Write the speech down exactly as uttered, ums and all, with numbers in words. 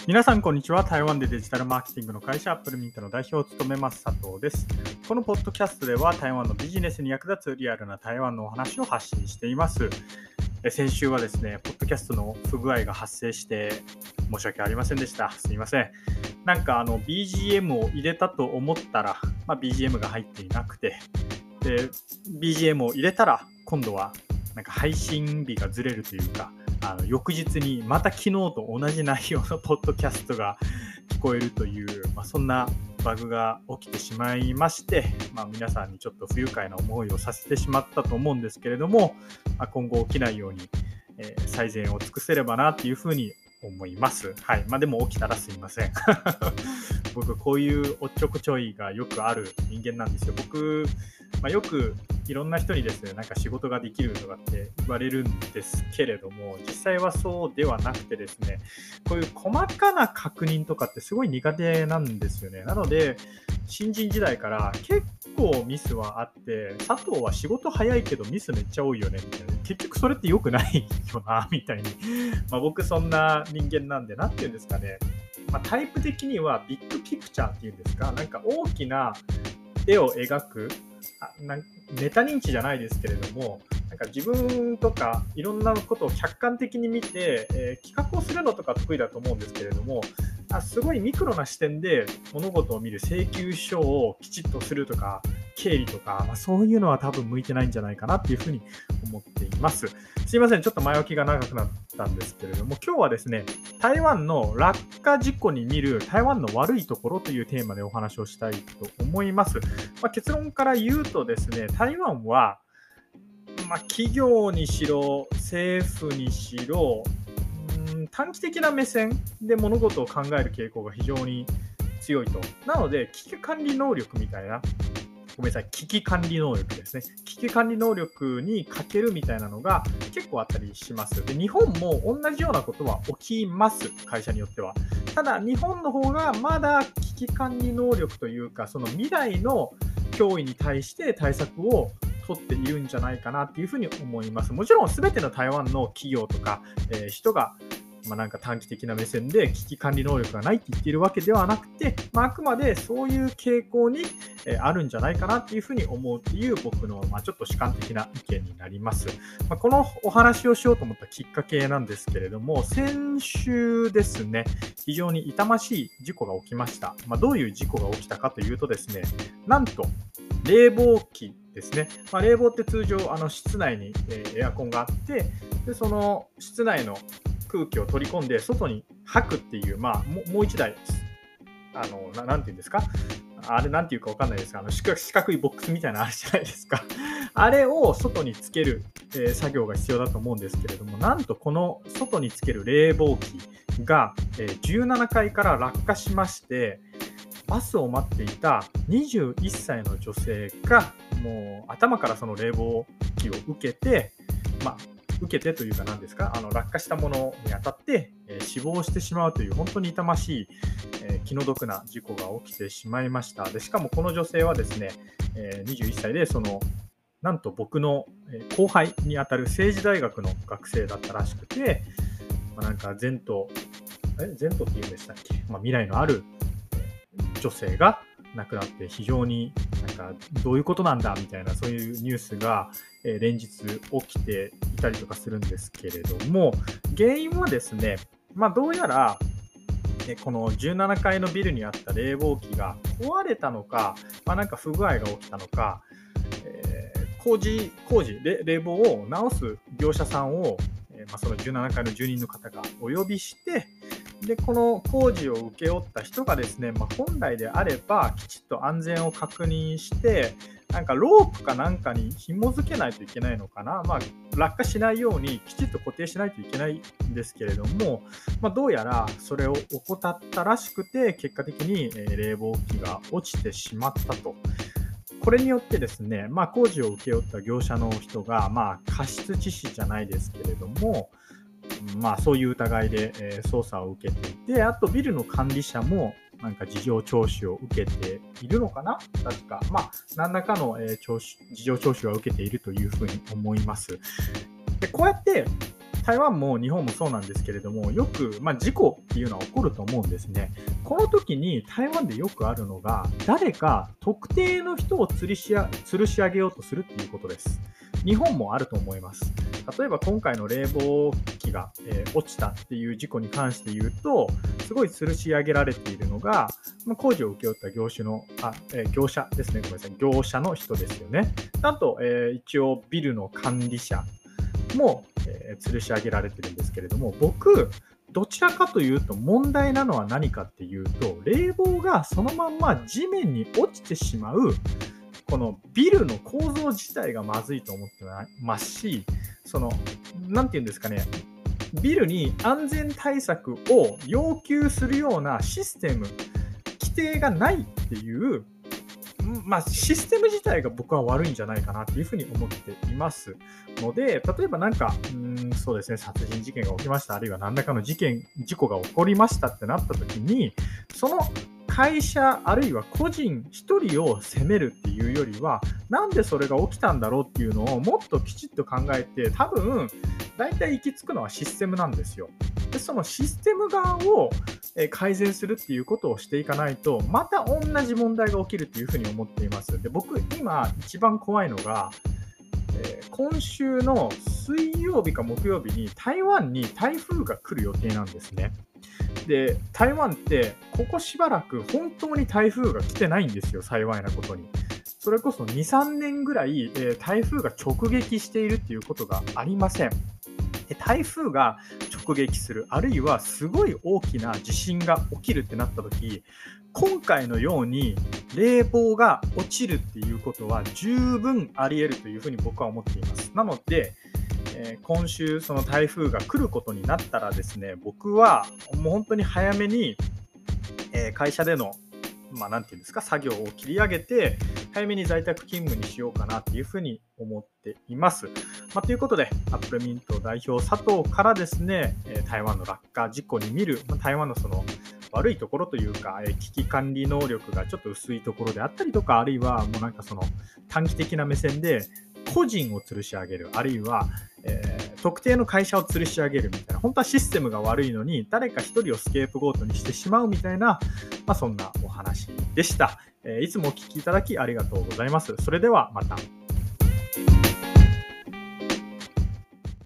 皆さんこんにちは。台湾でデジタルマーケティングの会社アップルミントの代表を務めます佐藤です。このポッドキャストでは台湾のビジネスに役立つリアルな台湾のお話を発信しています。え先週はですね、ポッドキャストの不具合が発生して申し訳ありませんでした。すいません。なんかあの ビージーエム を入れたと思ったら、まあ、ビージーエム が入っていなくて、で ビージーエム を入れたら今度はなんか配信日がずれるというか、あの翌日にまた昨日と同じ内容のポッドキャストが聞こえるという、まあ、そんなバグが起きてしまいまして、まあ、皆さんにちょっと不愉快な思いをさせてしまったと思うんですけれども、まあ、今後起きないように、えー、最善を尽くせればなというふうに思います。はい。まあでも起きたらすいません。僕こういうおっちょこちょいがよくある人間なんですよ。僕、まあ、よくいろんな人にですね、なんか仕事ができるとかって言われるんですけれども、実際はそうではなくてですね、こういう細かな確認とかってすごい苦手なんですよね。なので、新人時代から結構ミスはあって、佐藤は仕事早いけどミスめっちゃ多いよねみたいな。結局それって良くないよなみたいに。まあ僕そんな人間なんで、なんていうんですかね。まあ、タイプ的にはビッグピクチャーっていうんですか、なんか大きな絵を描く、あなんメタ認知じゃないですけれども、なんか自分とかいろんなことを客観的に見て、えー、企画をするのとか得意だと思うんですけれども、あすごいミクロな視点で物事を見る請求書をきちっとするとか、経理とか、まあ、そういうのは多分向いてないんじゃないかなっていうふうに思っています。すいません、ちょっと前置きが長くなったんですけれども、今日はですね、台湾の落下事故に見る台湾の悪いところというテーマでお話をしたいと思います。まあ、結論から言うとですね、台湾は、まあ、企業にしろ、政府にしろ、うん、短期的な目線で物事を考える傾向が非常に強いと。なので、危機管理能力みたいな、ごめんなさい、危機管理能力ですね。危機管理能力に欠けるみたいなのが結構あったりします。で、日本も同じようなことは起きます、会社によっては。ただ、日本の方がまだ危機管理能力というか、その未来の脅威に対して対策を取っているんじゃないかなっていうふうに思います。もちろん全ての台湾の企業とか、えー、人がまあ、なんか短期的な目線で危機管理能力がないって言っているわけではなくて、まあ、あくまでそういう傾向にあるんじゃないかなっていうふうに思うっていう僕の、まあ、ちょっと主観的な意見になります。まあ、このお話をしようと思ったきっかけなんですけれども、先週ですね、非常に痛ましい事故が起きました。まあ、どういう事故が起きたかというとですね、なんと冷房機ですね。まあ、冷房って通常あの室内に、えー、エアコンがあって、でその室内の空気を取り込んで外に吐くっていう、まあ、も, もう一台あの な, なんていうんですか、あれなんていうか分かんないですが、あの四角いボックスみたいなのあるじゃないですか。あれを外につける、えー、作業が必要だと思うんですけれども、なんとこの外につける冷房機が、えー、じゅうななかいから落下しまして、バスを待っていたにじゅういっさいの女性がもう頭からその冷房機を受けて、まあ受けてというか何ですか、あの落下したものに当たって、えー、死亡してしまうという本当に痛ましい、えー、気の毒な事故が起きてしまいました。でしかもこの女性はですね、えー、にじゅういっさいでそのなんと僕の後輩にあたる政治大学の学生だったらしくて、まあ、なんか前途え前途って言うんでしたっけ、まあ、未来のある女性が亡くなって非常になんかどういうことなんだみたいなそういうニュースが連日起きていたりとかするんですけれども、原因はですね、まあ、どうやらこのじゅうななかいのビルにあった冷房機が壊れたのか、まあ、なんか不具合が起きたのか、えー、工事工事冷房を直す業者さんを、えーまあ、そのじゅうななかいの住人の方がお呼びして、でこの工事を請け負った人がですね、まあ、本来であればきちっと安全を確認して、なんかロープかなんかに紐付けないといけないのかな、まあ、落下しないようにきちっと固定しないといけないんですけれども、まあ、どうやらそれを怠ったらしくて、結果的に冷房機が落ちてしまったと。これによってですね、まあ、工事を請け負った業者の人が、まあ、過失致死じゃないですけれども、まあ、そういう疑いで、えー、捜査を受けていて、あとビルの管理者もなんか事情聴取を受けているのかな、確か。まあ、何らかの、えー、聴取事情聴取は受けているというふうに思います。でこうやって台湾も日本もそうなんですけれども、よく、まあ、事故っていうのは起こると思うんですね。この時に台湾でよくあるのが、誰か特定の人を吊りしあ吊るし上げようとするっていうことです。日本もあると思います。例えば今回の冷房機が、えー落ちたっていう事故に関して言うと、すごい吊るし上げられているのが、まあ、工事を請け負った業種のあ、えー業者ですね、ごめんなさい、業者の人ですよね。あと、えー一応ビルの管理者も、えー吊るし上げられてるんですけれども、僕、どちらかというと問題なのは何かっていうと、冷房がそのまんま地面に落ちてしまう、このビルの構造自体がまずいと思ってますし、その、なんていうんですかね、ビルに安全対策を要求するようなシステム、規定がないっていう、まあ、システム自体が僕は悪いんじゃないかなっていうふうに思っていますので、例えばなんか、うーん、そうですね、殺人事件が起きました、あるいは何らかの事件、事故が起こりましたってなった時に、その会社あるいは個人一人を責めるっていうよりは、なんでそれが起きたんだろうっていうのをもっときちっと考えて、多分大体行き着くのはシステムなんですよ。で、そのシステム側をえー改善するっていうことをしていかないと、また同じ問題が起きるっていうふうに思っています。で、僕今一番怖いのが、えー今週の水曜日か木曜日に台湾に台風が来る予定なんですね。で、台湾ってここしばらく本当に台風が来てないんですよ、幸いなことに。それこそに、さんねんぐらい、えー台風が直撃しているっていうことがありません。で、台風が直撃する、あるいはすごい大きな地震が起きるってなった時、今回のように冷房が落ちるっていうことは十分あり得るというふうに僕は思っています。なので、えー今週その台風が来ることになったらですね、僕はもう本当に早めに、えー会社での、まあ、なんていうんですか、作業を切り上げて、早めに在宅勤務にしようかなっていうふうに思っています。まあ、ということで、アップルミント代表佐藤からですね、えー台湾の落下事故に見る、まあ台湾のその悪いところというか、えー危機管理能力がちょっと薄いところであったりとか、あるいはもうなんかその短期的な目線で個人を吊るし上げる、あるいは、えー特定の会社を吊るし上げるみたいな、本当はシステムが悪いのに誰か一人をスケープゴートにしてしまうみたいな、まあ、そんなお話でした。えーいつもお聞きいただきありがとうございます。それではまた。